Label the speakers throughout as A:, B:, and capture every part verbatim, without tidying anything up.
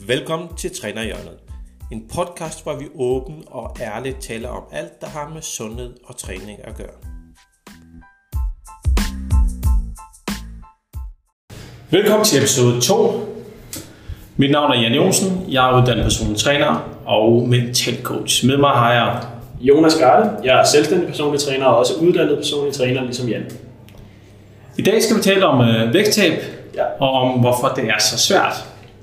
A: Velkommen til Trænerhjørnet, en podcast, hvor vi åbent og ærligt taler om alt, der har med sundhed og træning at gøre. Velkommen til episode to. Mit navn er Jan Jonsen, jeg er uddannet personlig træner og mental coach. Med mig har jeg
B: Jonas Garde, jeg er selvstændig personlig træner og også uddannet personlig træner, ligesom Jan.
A: I dag skal vi tale om øh, vægttab
B: ja.
A: og om hvorfor det er så svært.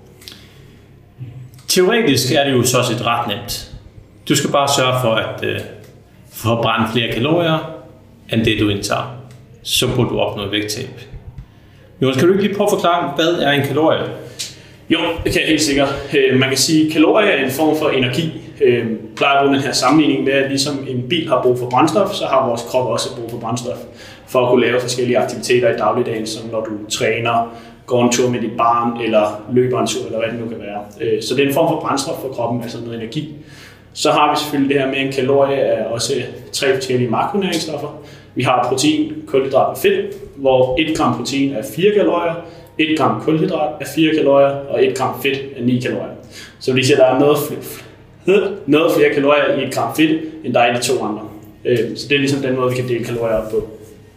A: Teoretisk er det jo så set ret nemt. Du skal bare sørge for at øh, forbrænde flere kalorier end det du indtager. Så burde du opnå vægttab. Jonas, kan du ikke lige prøve at forklare, hvad er en kalorie?
B: Jo, det kan jeg helt sikkert. Man kan sige, at kalorier er en form for energi. Jeg plejer at bruge den her sammenligning med, at ligesom en bil har brug for brændstof, så har vores krop også brug for brændstof for at kunne lave forskellige aktiviteter i dagligdagen, som når du træner, går en tur med dit barn, eller løber en tur, eller hvad det nu kan være. Så det er en form for brændstof for kroppen, altså noget energi. Så har vi selvfølgelig det her med, en kalorie er også tre forskellige makronæringsstoffer. Vi har protein, kulhydrat og fedt, hvor et gram protein er fire kalorier, et gram kulhydrat er fire kalorier, og et gram fedt er ni kalorier. Så det vil sige, at der er noget, noget flere kalorier i et gram fedt, end der er i de to andre. Så det er ligesom den måde, vi kan dele kalorier op på.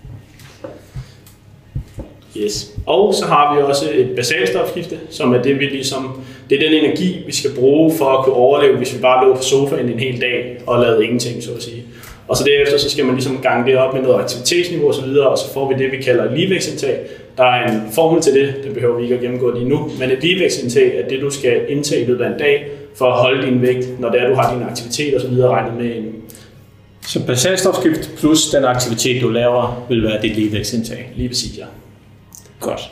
B: Yes. Og så har vi også et basalstofskifte, som er det, vi ligesom, det er den energi, vi skal bruge for at kunne overleve, hvis vi bare lå på sofaen en hel dag og lavede ingenting, så at sige. Og så derefter så skal man ligesom gange det op med noget aktivitetsniveau og så videre, og så får vi det, vi kalder ligevægtsindtag. Der er en formel til det, det behøver vi ikke at gennemgå lige nu, men et ligevægtsindtag er det, du skal indtage i løbet af en dag for at holde din vægt, når det er, du har din aktivitet og så videre regnet med en.
A: Så basalstofskift plus den aktivitet, du laver, vil være dit ligevægtsindtag?
B: Lige præcis, ja.
A: Godt.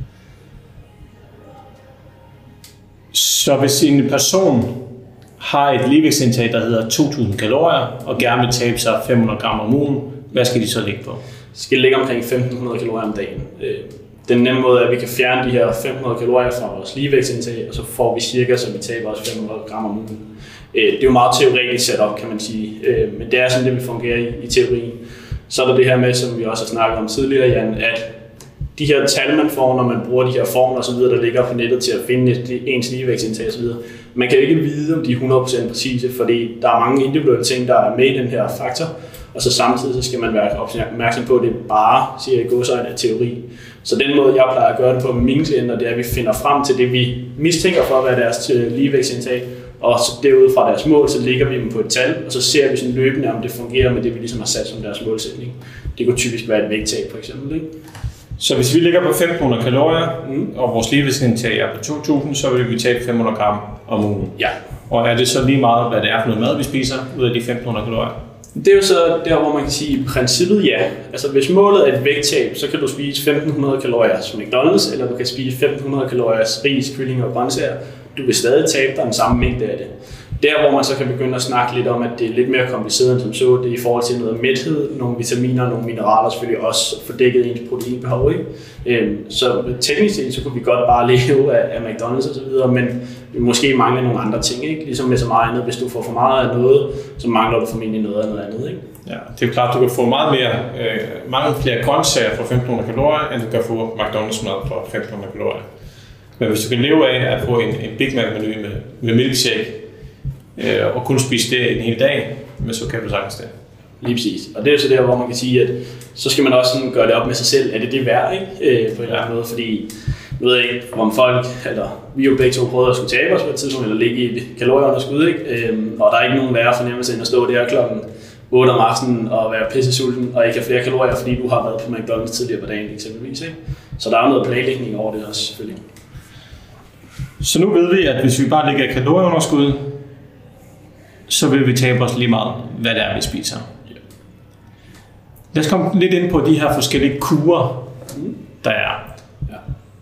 A: Så hvis en person har et ligevægtsindtag, der hedder to tusind kalorier, og gerne vil tabe sig fem hundrede gram om ugen, hvad skal de så ligge på?
B: Så skal det ligge omkring femten hundrede kalorier om dagen. Den nemme måde er, at vi kan fjerne de her fem hundrede kalorier fra vores ligevægtsindtag, og så får vi cirka, så vi taber os fem hundrede gram om ugen. Det er jo meget teoretisk setup, kan man sige, men det er sådan, det vil fungere i, i teorien. Så er der det her med, som vi også har snakket om tidligere, Jan, at de her tal, man får, når man bruger de her formler og så videre, der ligger på nettet til at finde ens ligevægtsindtag og så videre. Man kan ikke vide, om de er hundrede procent præcise, fordi der er mange individuelle ting, der er med i den her faktor. Og så samtidig så skal man være opmærksom på, at det bare, siger jeg i godsøjne, er teori. Så den måde, jeg plejer at gøre det på med mine klienter, det er, at vi finder frem til det, vi mistænker for at være deres ligevægtsindtag. Og så derud fra deres mål, så ligger vi dem på et tal, og så ser vi sådan løbende, om det fungerer med det, vi ligesom har sat som deres målsætning. Det kunne typisk være et vægttab, for eksempel, ikke?
A: Så hvis vi ligger på femten hundrede kalorier, mm. og vores ligevægtsindtag er på to tusind, så vil vi tabe fem hundrede gram om ugen.
B: Ja.
A: Og er det så lige meget, hvad det er for noget mad, vi spiser ud af de femten hundrede kalorier?
B: Det er jo så der, hvor man kan sige, i princippet ja. Altså hvis målet er et vægttab, så kan du spise femten hundrede kalorier som McDonald's, eller du kan spise femten hundrede kalorier ris, kylling og grøntsager. Du vil stadig tabe dig den samme mængde af det. Der, hvor man så kan begynde at snakke lidt om, at det er lidt mere kompliceret end som så, det er i forhold til noget mæthed, nogle vitaminer og nogle mineraler, selvfølgelig også for dækket ens proteinbehov, ikke? Så teknisk set, så kunne vi godt bare leve af, af McDonald's og så videre, men vi måske mangler nogle andre ting, ikke? Ligesom med så meget andet, hvis du får for meget af noget, så mangler du formentlig noget af noget andet, ikke?
A: Ja, det er klart, du kan få meget mere, øh, mange flere grøntsager for femten hundrede kalorier, end du kan få McDonald's mad for femten hundrede kalorier. Men hvis du kan leve af at få en, en Big Mac-menu med, med milkshake, øh, og kun spise det en hel dag, men så kan du sagtens det.
B: Lige præcis. Og det er jo så der, hvor man kan sige, at så skal man også sådan gøre det op med sig selv. Er det det værd, ikke? Øh, på en eller anden måde, fordi nu ved jeg ikke, om folk, eller vi jo begge to prøvede at skulle tabe os på et tidspunkt, eller ligge i et kalorieunderskud, ikke? Øh, og der er ikke nogen værre fornemmelse end at stå der klokken otte om aftenen og være pissesulten og ikke have flere kalorier, fordi du har været på McDonald's tidligere på dagen eksempelvis, ikke? Så der er noget planlægning over det også selvfølgelig.
A: Så nu ved vi, at hvis vi bare ligger i kalorieunderskud, så vil vi tabe os lige meget, hvad det er, vi spiser. Ja. Lad os komme lidt ind på de her forskellige kurer, der er. Ja.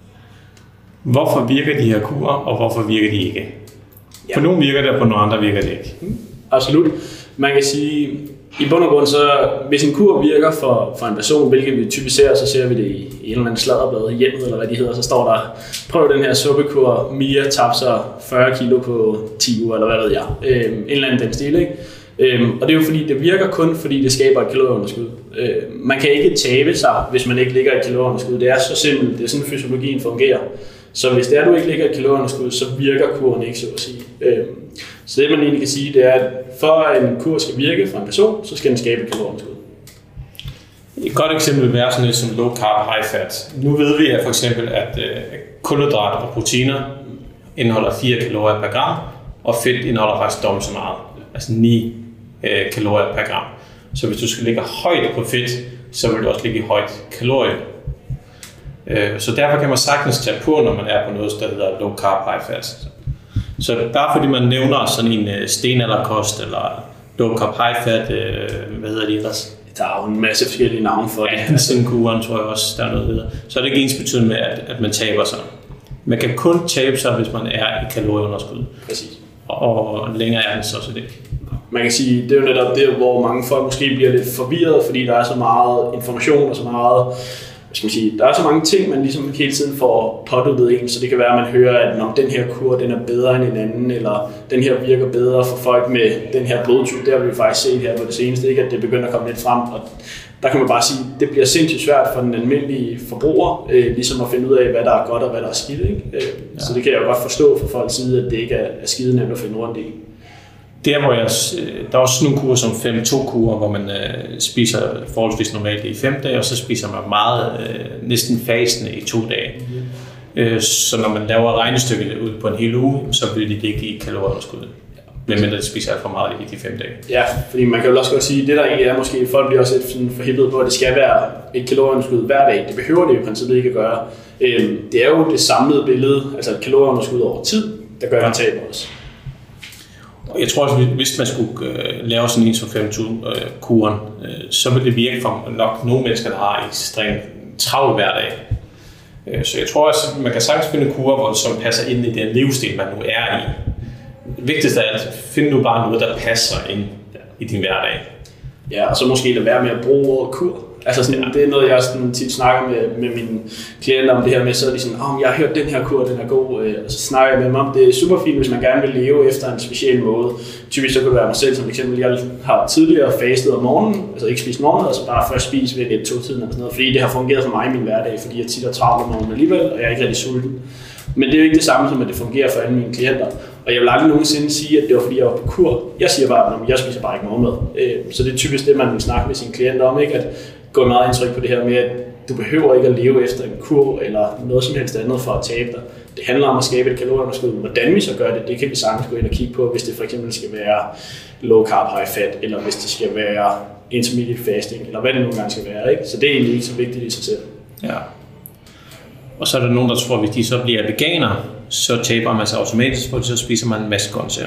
A: Hvorfor virker de her kurer, og hvorfor virker de ikke? Ja. På nogle virker det, og på nogle andre virker det ikke.
B: Mm. Absolut. Man kan sige, i bund og grund, så hvis en kur virker for, for en person, hvilket vi typisk ser, så ser vi det i, i en eller anden sladderblad i hjemmet, eller hvad de hedder, så står der, prøv den her suppekur, Mia tabte sig fyrre kilo på ti uger, eller hvad ved jeg. Øhm, en eller anden den stil, ikke? Øhm, og det er jo fordi, det virker kun fordi, det skaber et kalorieunderskud. Øhm, man kan ikke tabe sig, hvis man ikke ligger i et kalorieunderskud. Det er så simpelt, det er sådan fysiologien fungerer. Så hvis det er, at du ikke ligger i kalorieunderskud, så virker kuren ikke, så at sige. Så det man egentlig kan sige, det er, at for at en kur skal virke for en person, så skal den skabe et kalorieunderskud.
A: Et godt eksempel vil være sådan noget som low carb, high fat. Nu ved vi at for eksempel, at kulhydrater og proteiner indeholder fire kalorier per gram, og fedt indeholder faktisk dobbelt så meget, altså ni øh, kalorier per gram. Så hvis du skal ligge højt på fedt, så vil du også ligge i højt kalorie. Øh, så derfor kan man sagtens tage på, når man er på noget, der hedder low carb, high fat. Så bare fordi man nævner sådan en øh, stenalderkost, eller low carb, high fat, øh, hvad hedder det ellers?
B: Der er jo en masse forskellige navne for det.
A: Ja, Zen-kuren tror jeg også, der er noget videre. Så er det ikke ens betydende med, at, at man taber sig. Man kan kun tabe sig, hvis man er i kalorieunderskud.
B: Præcis.
A: Og længere er den så set ikke.
B: Man kan sige, det er jo netop det, hvor mange folk måske bliver lidt forvirret, fordi der er så meget information og så meget, hvad skal man sige, der er så mange ting, man ligesom hele tiden får påduttet en, så det kan være, at man hører, at når den her kur, den er bedre end en anden, eller den her virker bedre for folk med den her blodtype. Der har vi jo faktisk set her på det seneste, ikke, at det begynder at komme lidt frem, og der kan man bare sige, at det bliver sindssygt svært for den almindelige forbruger, øh, ligesom at finde ud af, hvad der er godt og hvad der er skidt. Ikke? Øh, ja. Så det kan jeg jo godt forstå fra folks side, at det ikke er, er skide nemt at finde rundt i.
A: Der, hvor jeg, der er også sådan nogle kurer som fem to-kurer, hvor man øh, spiser forholdsvis normalt i fem dage, og så spiser man meget, øh, næsten fasende i to dage. Mm. Øh, så når man laver regnestykket ud på en hel uge, så vil de ligge i kalorieunderskud. Medmindre de spiser alt for meget i de fem dage.
B: Ja, fordi man kan jo også godt sige, at det der egentlig er måske, folk bliver også lidt forhippet på, at det skal være et kalorieunderskud hver dag. Det behøver det jo i princippet ikke at gøre. Det er jo det samlede billede, altså et kalorieunderskud over tid, der gør, at man taber også.
A: Jeg tror også, hvis man skulle lave sådan en som fem to-kuren, så vil det virke for nok nogle mennesker, der har ekstremt travlt hver dag. Så jeg tror også, man kan sagtens finde kurer, som passer ind i den livsstil, man nu er i. Det vigtigste er at finde nu bare noget, der passer ind i din hverdag.
B: Ja, og så måske lade være med at bruge ordet kur. Altså sådan, ja. Det er noget, jeg sådan tit snakker med, med mine klienter om det her med, så er de sådan, åh, oh, jeg har hørt den her kur, den er god, og så snakker jeg med dem om, det er super fint, hvis man gerne vil leve efter en speciel måde. Typisk så kan det være mig selv, som eksempel, jeg har tidligere fastet om morgenen, altså ikke spist morgenmad, altså bare først spise ved et to-tiden eller sådan noget, fordi det har fungeret for mig i min hverdag, fordi jeg tit er travlt om morgenen alligevel, og jeg er ikke rigtig sulten. Men det er jo ikke det samme som, at det fungerer for alle mine klienter. Og jeg vil aldrig nogensinde sige, at det var fordi, jeg var på kur. Jeg siger bare, at jeg spiser bare ikke morgenmad. Så det er typisk det, man vil snakke med sine klienter om, ikke? At gå meget indtryk på det her med, at du behøver ikke at leve efter en kur eller noget som helst andet for at tabe dig. Det handler om at skabe et kalorieunderskud. Hvordan vi så gør det, det kan vi sagtens gå ind og kigge på, hvis det for eksempel skal være low carb, high fat, eller hvis det skal være intermittent fasting, eller hvad det nogle gange skal være. Ikke? Så det er egentlig ikke så vigtigt i sig selv.
A: Ja. Og så er der nogen, der tror, at hvis de så bliver veganer, så taber man sig automatisk, fordi så spiser man en masse grøntsager.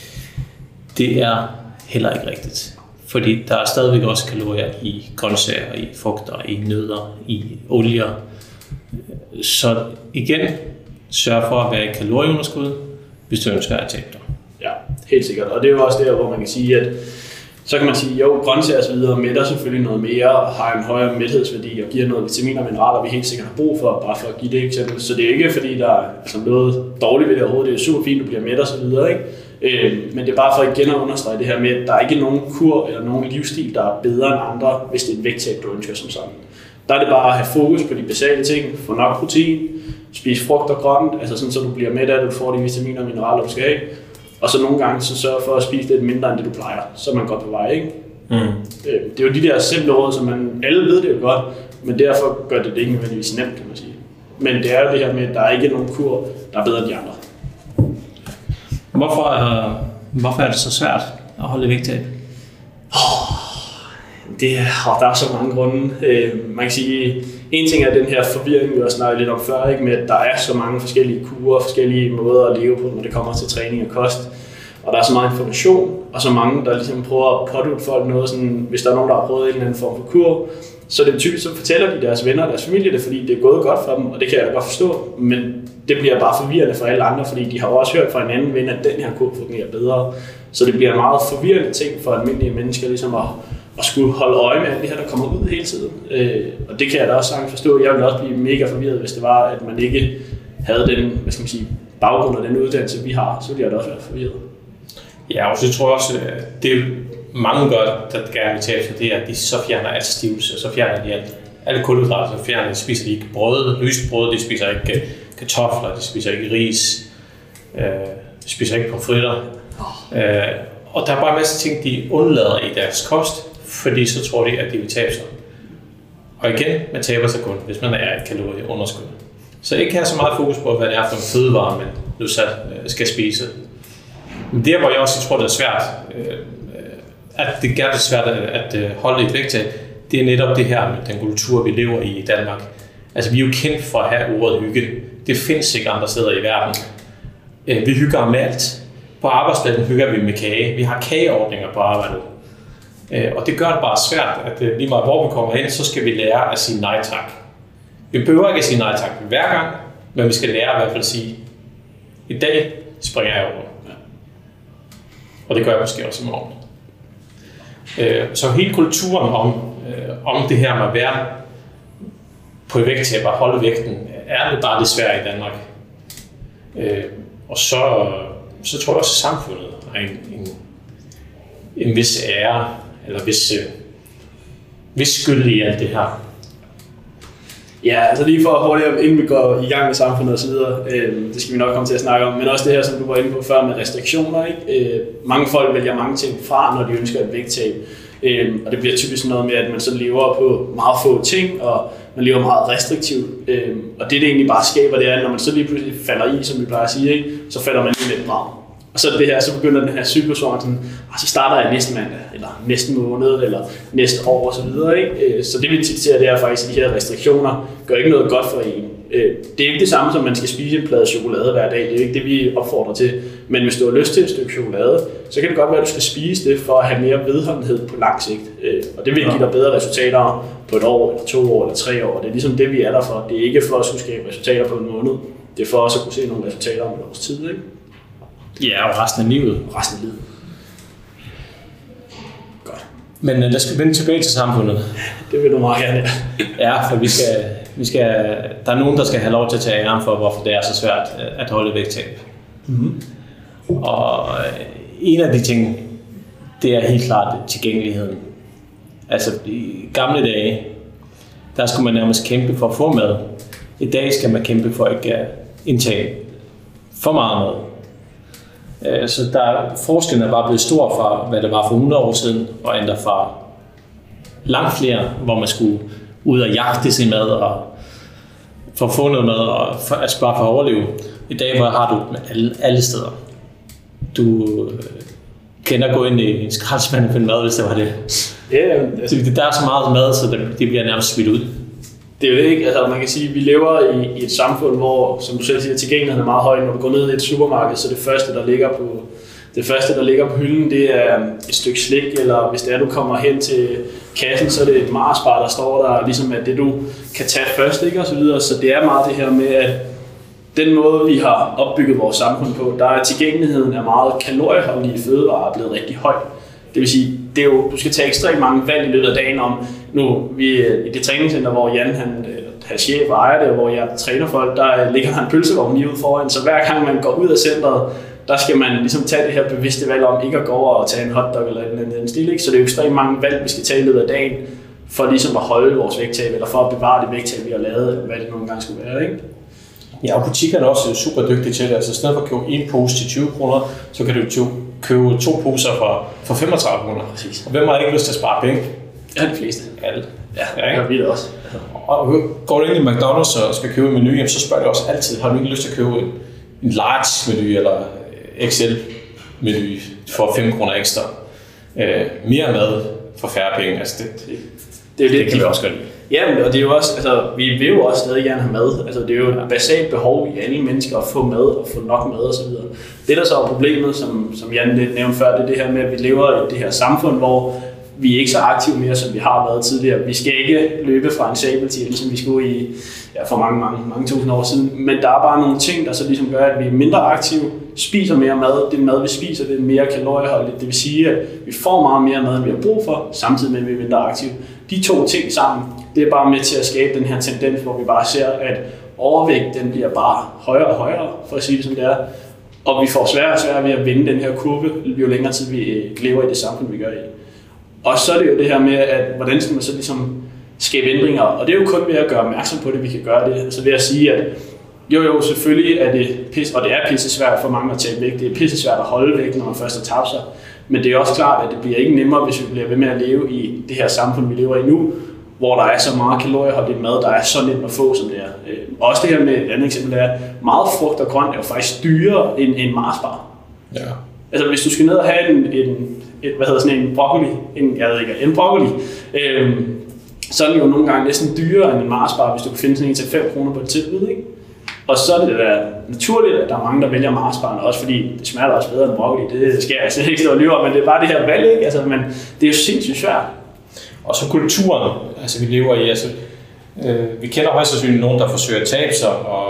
A: Det er heller ikke rigtigt. Fordi der er stadigvæk også kalorier i grøntsager, i frugter, i nødder, i olier. Så igen, sørg for at være i kalorieunderskud, hvis du ønsker at tabe dig.
B: Ja, helt sikkert. Og det er jo også der, hvor man kan sige, at så kan man sige, jo, grøntsager og så videre mætter selvfølgelig noget mere, har en højere mæthedsværdi og giver noget vitaminer og mineraler, vi helt sikkert har brug for, bare for at give det eksempel. Så det er ikke fordi, der er altså noget dårligt ved det overhovedet, det er super fint, du bliver mæt og så videre, ikke? Øh, men det er bare for igen at understrege det her med, at der er ikke nogen kur eller nogen livsstil, der er bedre end andre, hvis det er et vægttab, du ønsker som sådan. Der er det bare at have fokus på de basale ting, få nok protein, spise frugt og grønt, altså sådan, så du bliver mæt af det, du får de vitaminer og mineraler, du skal have. Og så nogle gange så sørge for at spise lidt mindre end det, du plejer. Så er man godt på vej, ikke? Mm. Det er jo de der simple råd, som man alle ved det jo godt, men derfor gør det det ikke nødvendigvis nemt, kan man sige. Men det er jo det her med, at der er ikke nogen kur, der er bedre end de andre.
A: Hvorfor, øh, hvorfor er det så svært at holde vægttab?
B: Oh, det er, der er så mange grunde. Øh, man kan sige, en ting er den her forvirring, vi også snakkede lidt om før, ikke? Med at der er så mange forskellige kurer, forskellige måder at leve på, når det kommer til træning og kost. Og der er så meget information, og så mange, der ligesom prøver at pådutte folk noget, sådan, hvis der er nogen, der har prøvet en eller anden form for kur, så det typisk, så fortæller de deres venner og deres familie det, fordi det er gået godt for dem, og det kan jeg da godt forstå, men det bliver bare forvirrende for alle andre, fordi de har også hørt fra en anden ven, at den her kur fungerer bedre. Så det bliver en meget forvirrende ting for almindelige mennesker, ligesom at, at skulle holde øje med alt det her, der kommer ud hele tiden. Øh, og det kan jeg da også sagtens forstå. Jeg ville også blive mega forvirret, hvis det var, at man ikke havde den, hvad skal man sige, baggrund og den uddannelse, vi har, så ville jeg da også være forvirret.
A: Ja, og så tror jeg også, det mange gør, der gerne vil tage for det, at de så fjerner alt stivelse, så fjerner de alt, alle kulhydrater, så fjerner de, spiser de ikke brød, lyst brød, de spiser ikke kartofler, de spiser ikke ris, øh, de spiser ikke pomfritter. Øh, og der er bare en masse ting, de undlader i deres kost, fordi så tror de, at de vil tabe sig. Og igen, man taber sig kun, hvis man er et kalorieunderskud. Så ikke have så meget fokus på, hvad det er for en fødevare, man nu skal spise. Men der, hvor jeg også tror, det er svært, at det gør det svært at holde et vægttab, det er netop det her med den kultur, vi lever i i Danmark. Altså, vi er jo kendt for at have ordet hygge. Det findes ikke andre steder i verden. Vi hygger med alt. På arbejdspladsen hygger vi med kage. Vi har kageordninger på arbejdet. Og det gør det bare svært, at lige meget hvor vi kommer ind, så skal vi lære at sige nej tak. Vi behøver ikke at sige nej tak hver gang, men vi skal lære i hvert fald at sige, i dag springer jeg over. Ja. Og det gør jeg måske også i morgen. Så hele kulturen om, om det her med at være på et vægttab og holde vægten, er det bare lidt svært i Danmark. Og så, så tror jeg også, at samfundet har en, en, en vis ære, eller vis, vis skyld i alt det her.
B: Ja, altså lige for hurtigt, inden vi går i gang med samfundet og så videre, øh, det skal vi nok komme til at snakke om, men også det her, som du var inde på før med restriktioner, ikke? Øh, mange folk vælger mange ting fra, når de ønsker et vægttab, øh, og det bliver typisk noget med, at man så lever på meget få ting, og man lever meget restriktivt, øh, og det, det egentlig bare skaber, det er, at når man så lige pludselig falder i, som vi plejer at sige, ikke? Så falder man lige lidt brag. Og så det her, så begynder den her cyklus, hvor man sådan, så starter jeg næste mandag, eller næste måned, eller næste år og så videre, ikke? Så det vi tit ser, det er faktisk, at de her restriktioner gør ikke noget godt for en. Det er ikke det samme, som man skal spise en plade chokolade hver dag. Det er ikke det, vi opfordrer til. Men hvis du har lyst til et stykke chokolade, så kan det godt være, at du skal spise det for at have mere vedholdenhed på lang sigt. Og det vil give dig bedre resultater på et år, eller to år, eller tre år. Det er ligesom det, vi er der for. Det er ikke for at skulle skabe resultater på en måned. Det er for også at kunne se nogle resultater om et års tid, ikke?
A: Ja, og resten af livet.
B: Resten af livet. Godt.
A: Men lad os vende tilbage til samfundet.
B: Det vil du meget gerne.
A: Ja, for vi skal, vi skal, der er nogen, der skal have lov til at tage æren for, hvorfor det er så svært at holde vægttab. Mm-hmm. Og en af de ting, det er helt klart tilgængeligheden. Altså i gamle dage, der skulle man nærmest kæmpe for at få mad. I dag skal man kæmpe for at ikke indtage for meget mad. Så der, forskellen er bare blevet stor fra, hvad det var for hundrede år siden, og endda fra langt flere, hvor man skulle ud og jagte sin mad, og for at få noget mad, og for, altså bare for at overleve. I dag hvor har du med alle, alle steder. Du kender gå ind i en skraldespand og finde mad, hvis det var det.
B: Ja, altså,
A: der er så meget mad, så det bliver nærmest smidt ud.
B: Det er jo det ikke. Altså, man kan sige, at vi lever i, i et samfund, hvor, som du selv siger, tilgængeligheden er meget høj. Når du går ned i et supermarked, så det første, der ligger på, det første, der ligger på hylden, det er et stykke slik, eller hvis det er, du kommer hen til kassen, så er det et Mars-bar, der står der, ligesom at det, du kan tage først, ikke? Og så videre. Så det er meget det her med, at den måde, vi har opbygget vores samfund på, der er tilgængeligheden af meget kalorieholdige fødevarer blevet rigtig høj. Det vil sige, det er jo, du skal tage ekstremt mange valg i løbet af dagen om, nu vi i det træningscenter, hvor Jan han er chef og ejer det, hvor jeg træner folk, der ligger der en pølsevogn lige ude foran, så hver gang man går ud af centret, der skal man ligesom tage det her bevidste valg om ikke at gå over og tage en hotdog eller en eller anden stil, ikke? Så det er jo ekstremt mange valg, vi skal tage i løbet af dagen, for ligesom at holde vores vægttab, eller for at bevare det vægttab, vi har lavet, hvad det nogle gange skulle være, ikke?
A: Ja, og butikkerne er også super dygtige til det. Altså i stedet for at købe en pose til tyve kroner, så kan du købe to poser for, for femogtredive kroner.
B: Præcis.
A: Og hvem har ikke lyst til at spare penge?
B: Ja, de fleste.
A: Alle.
B: Ja, ja, vi det også.
A: Og går du ind i McDonald's og skal købe en menu, så spørger du også altid, har du ikke lyst til at købe en, en large menu eller X L menu for fem kroner ekstra? Øh, mere mad for færre penge. Altså det, det, det, det, det kan vi også godt lide.
B: Ja, og det er jo også, altså, vi vil jo også stadig gerne have mad. Altså, det er jo et basalt behov i alle mennesker at få mad og få nok mad og så videre. Det der så er problemet, som, som Jan lidt nævnte før, det er det her med, at vi lever i det her samfund, hvor vi er ikke så aktive mere, som vi har været tidligere. Vi skal ikke løbe fra en sabeltiger, ligesom vi skulle i ja, for mange, mange, mange tusind år siden. Men der er bare nogle ting, der så ligesom gør, at vi er mindre aktive, spiser mere mad. Det mad, vi spiser, det er mere kalorieholdigt. Det vil sige, at vi får meget mere mad, end vi har brug for, samtidig med, at vi er mindre aktive. De to ting sammen, det er bare med til at skabe den her tendens, hvor vi bare ser, at overvægt den bliver bare højere og højere, for at sige det som det er. Og vi får sværere og sværere ved at vende den her kurve, jo længere tid vi lever i det samfund, vi gør i. Og så er det jo det her med, at hvordan skal man så ligesom skabe ændringer, og det er jo kun ved at gøre opmærksom på det, vi kan gøre det. Altså ved at sige, at Jo, jo, selvfølgelig er det pis, og det er pisse svært for mange at tabe vægt. Det er pisse svært at holde vægt, når man først har tabt sig. Men det er også klart, at det bliver ikke nemmere, hvis vi bliver ved med at leve i det her samfund, vi lever i nu, hvor der er så meget kalorieholdigt mad, der er så nemt at få, som det er. Også det her med et andet eksempel er, meget frugt og grønt er jo faktisk dyrere end en Mars-bar.
A: Ja.
B: Altså hvis du skal ned og have en, en, et, hvad hedder sådan en broccoli, en, jeg ved ikke, en broccoli, øhm, så er den jo nogle gange næsten dyrere end en Mars-bar, hvis du kan finde sådan en til fem kroner på et tilbud, ikke? Og så er det da naturligt, at der er mange, der vælger Mars-baren, også fordi det smager også bedre end broccoli. Det skal jeg slet ikke stå og lyve om, men det er bare det her valg, ikke? Altså, men det er jo sindssygt svært.
A: Og så kulturen, altså vi lever i, altså øh, vi kender højst sandsynligt nogen, der forsøger at tabe sig, og,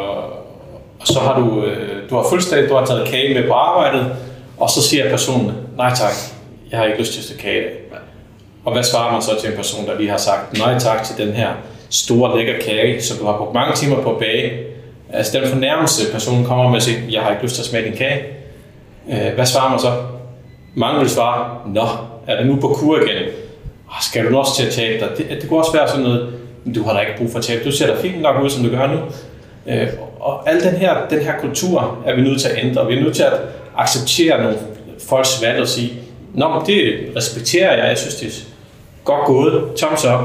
A: og så har du, øh, du har fuldstændig, du har taget kage med på arbejdet, og så siger personen, nej tak, jeg har ikke lyst til at tage kage. Og hvad svarer man så til en person, der lige har sagt nej tak til den her store lækker kage, som du har brugt mange timer på at bage? Altså den fornærmelse, personen kommer med at sige, jeg har ikke lyst til at smage din kage. Øh, hvad svarer man så? Mange vil svare, nå, er det nu på kur igen? Skal du nu også til at tabe dig? Det, det kunne også være sådan noget, men du har da ikke brug for at tabe. Du ser da fint nok ud, som du gør nu. Øh, og al den her, den her kultur er vi nødt til at ændre. Vi er nødt til at acceptere nogle folks valg og sige, nå, men det respekterer jeg. Jeg synes, det er godt gået. Thumbs up.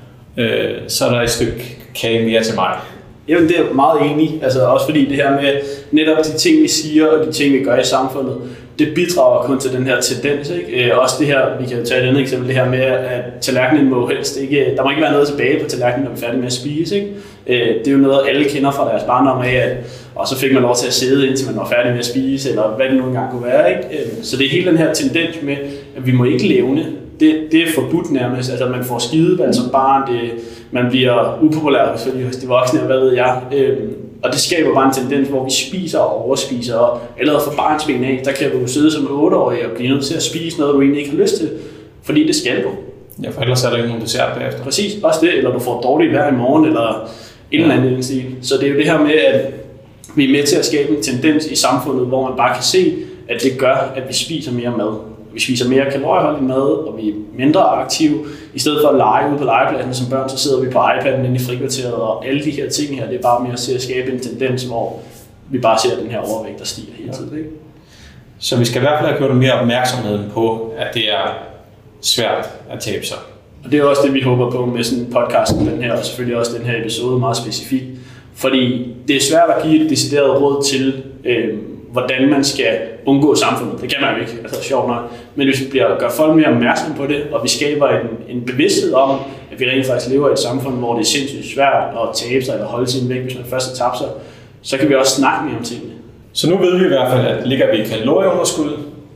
A: Øh, så er der et stykke kage mere til mig.
B: Jamen, det er meget enig. Altså også fordi det her med netop de ting, vi siger og de ting, vi gør i samfundet, det bidrager kun til den her tendens, ikke? Øh, også det her, vi kan tage et andet eksempel, det her med, at tallerkenen må helst ikke, der må ikke være noget tilbage på tallerkenen, når vi er færdige med at spise, ikke? Øh, det er jo noget, alle kender fra deres barndom af, at, og så fik man lov til at sidde, indtil man var færdig med at spise, eller hvad det nu engang kunne være, ikke? Øh, så det er hele den her tendens med, at vi må ikke levne. Det, det er forbudt nærmest, altså man får skideball som barn, det, man bliver upopulær selvfølgelig hos de voksne, og hvad ved jeg. Øh, Og det skaber bare en tendens, hvor vi spiser og overspiser, og allerede fra barnsben af, der kan du sidde som otteårig og blive nødt til at spise noget, du egentlig ikke har lyst til, fordi det skal du.
A: Ja, for ellers er der ikke nogen dessert bagefter.
B: Præcis, også det, eller du får dårligt vejr i morgen, eller en eller anden stil. Så det er jo det her med, at vi er med til at skabe en tendens i samfundet, hvor man bare kan se, at det gør, at vi spiser mere mad. Vi spiser mere kalorieholdig mad, og vi er mindre aktive. I stedet for at lege ude på legepladsen som børn, så sidder vi på iPad'en inde i frikvarteret, og alle de her ting her, det er bare med at skabe en tendens, hvor vi bare ser den her overvægt, der stiger hele tiden. Ikke?
A: Så vi skal i hvert fald have gjort mere opmærksomhed på, at det er svært at tabe sig.
B: Og det er også det, vi håber på med sådan en podcast, den her, og selvfølgelig også den her episode meget specifikt. Fordi det er svært at give et decideret råd til, øh, hvordan man skal undgå samfundet. Det kan man jo ikke, altså sjovt nok. Men hvis vi bliver, gør folk mere opmærksom på det, og vi skaber en, en bevidsthed om, at vi rent faktisk lever i et samfund, hvor det er sindssygt svært at tabe sig eller holde sin vægt, hvis man først har tabt sig, så kan vi også snakke mere om tingene.
A: Så nu ved vi i hvert fald, at ligger vi i kalorieunderskud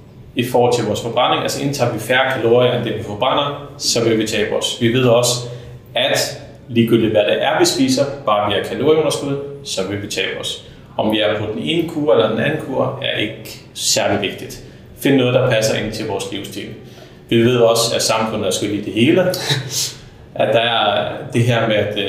A: i forhold til vores forbrænding, altså indtager vi færre kalorier end det vi forbrænder, så vil vi tabe os. Vi ved også, at ligegyldigt hvad det er, vi spiser, bare vi har kalorieunderskud, så vil vi tabe os. Om vi er på den ene kur eller den anden kur, er ikke særlig vigtigt. Find noget, der passer ind til vores livsstil. Vi ved også, at samfundet er skyld i det hele. At der er det her med, at,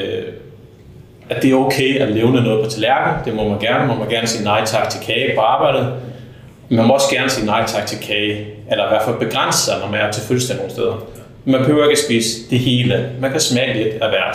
A: at det er okay at levne noget på tallerkenen. Det må man gerne. Man må gerne sige nej tak til kage på arbejdet. Man må også gerne sige nej tak til kage, eller i hvert fald begrænse sig, når man er til fødselsdag nogle steder. Man behøver ikke at spise det hele. Man kan smage lidt af hvert.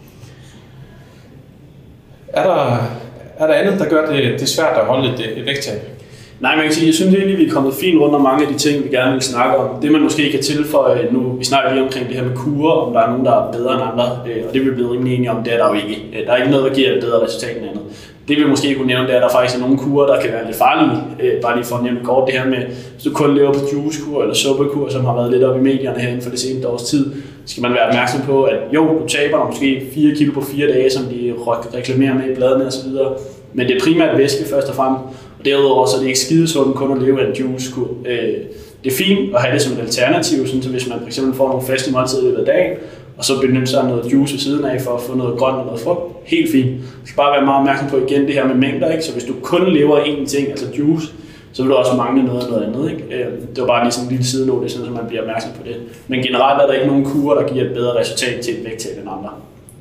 A: Er der... Er der andet, der gør det, det svært at holde et, et vægttab?
B: Nej, man kan sige, jeg synes egentlig, vi er kommet fint rundt om mange af de ting, vi gerne vil snakke om. Det man måske kan tilføje nu, vi snakker lige omkring det her med kurer, om der er nogen, der er bedre end andre, og det vil vi blive rimelig enige om, det er der jo ikke. Der er ikke noget, der giver et bedre resultat end andet. Det vi måske kunne nævne, det er, at der faktisk er nogle kurer, der kan være lidt farlige. Bare lige for at nævne kort det her med, hvis du kun lever på juicekur eller suppekur, som har været lidt oppe i medierne herinde for det seneste års tid, skal man være opmærksom på, at jo, du taber måske fire kilo på fire dage, som de reklamerer med i bladene osv. Men det er primært væske først og fremmest. Og derudover så er det ikke skidesundt kun at leve af en juicekur. Det er fint at have det som et alternativ, sådan så hvis man for eksempel får nogle faste måltider i løbet af dagen, og så benytte sig af noget juice ved siden af for at få noget grønt og noget frugt. Helt fint. Du skal bare være meget opmærksom på igen det her med mængder, ikke? Så hvis du kun lever af én ting, altså juice, så vil du også mangle noget af noget andet, ikke? Det var bare lige sådan en lille sidenote, så man bliver opmærksom på det. Men generelt er der ikke nogen kurer, der giver et bedre resultat til et vægttab end andre.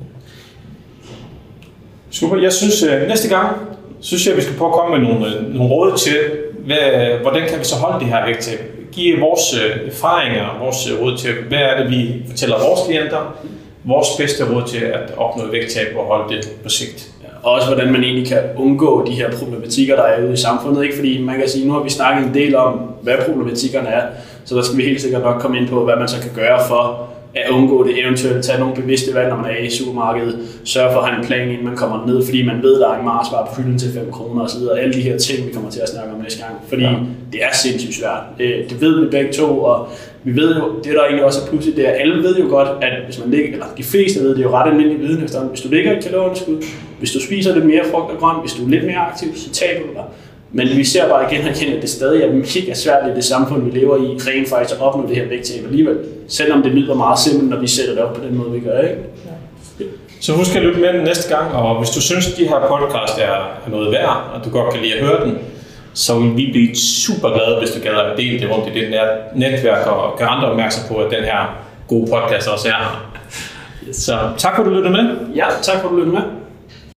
A: Super. Jeg synes, at næste gang, synes jeg, at vi skal prøve at komme med nogle, nogle råd til, hvad, hvordan kan vi så holde det her vægttab. Give vores erfaringer, vores råd til, hvad er det, vi fortæller vores klienter, vores bedste råd til at opnå vægttab og holde det på sigt.
B: Ja, og også hvordan man egentlig kan undgå de her problematikker, der er ude i samfundet. Ikke? Fordi man kan sige, nu har vi snakket en del om, hvad problematikkerne er, så der skal vi helt sikkert nok komme ind på, hvad man så kan gøre for at undgå det, eventuelt tage nogle bevidste valg, når man er i supermarkedet, sørge for at have en plan, inden man kommer ned, fordi man ved, der er en marsvar på hylden til fem kroner og så videre. Alle de her ting, vi kommer til at snakke om næste gang, fordi ja. det er sindssygt svært. Det ved vi begge to, og vi ved jo, det der egentlig også er pludselig, det er, alle ved jo godt, at hvis man ligger, eller de fleste ved, det er jo ret almindelig viden efter, hvis du ligger et kalorieunderskud, hvis du spiser lidt mere frugt og grønt, hvis du er lidt mere aktiv, så taber du dig. Men vi ser bare igen og igen, at det stadig er mega svært i det samfund, vi lever i, rent faktisk at opnå det her vægttab alligevel. Selvom det lyder meget simpelt, når vi sætter det op på den måde, vi gør, ikke?
A: Ja. Så husk at lytte med den næste gang, og hvis du synes, at de her podcast er noget værd, og du godt kan lide at høre den, så vil vi blive super glade, hvis du kan dele det rundt i dit netværk, og gøre andre opmærksom på, at den her gode podcast også er her. Så tak for, at du lyttede med.
B: Ja, tak for, at du lyttede med.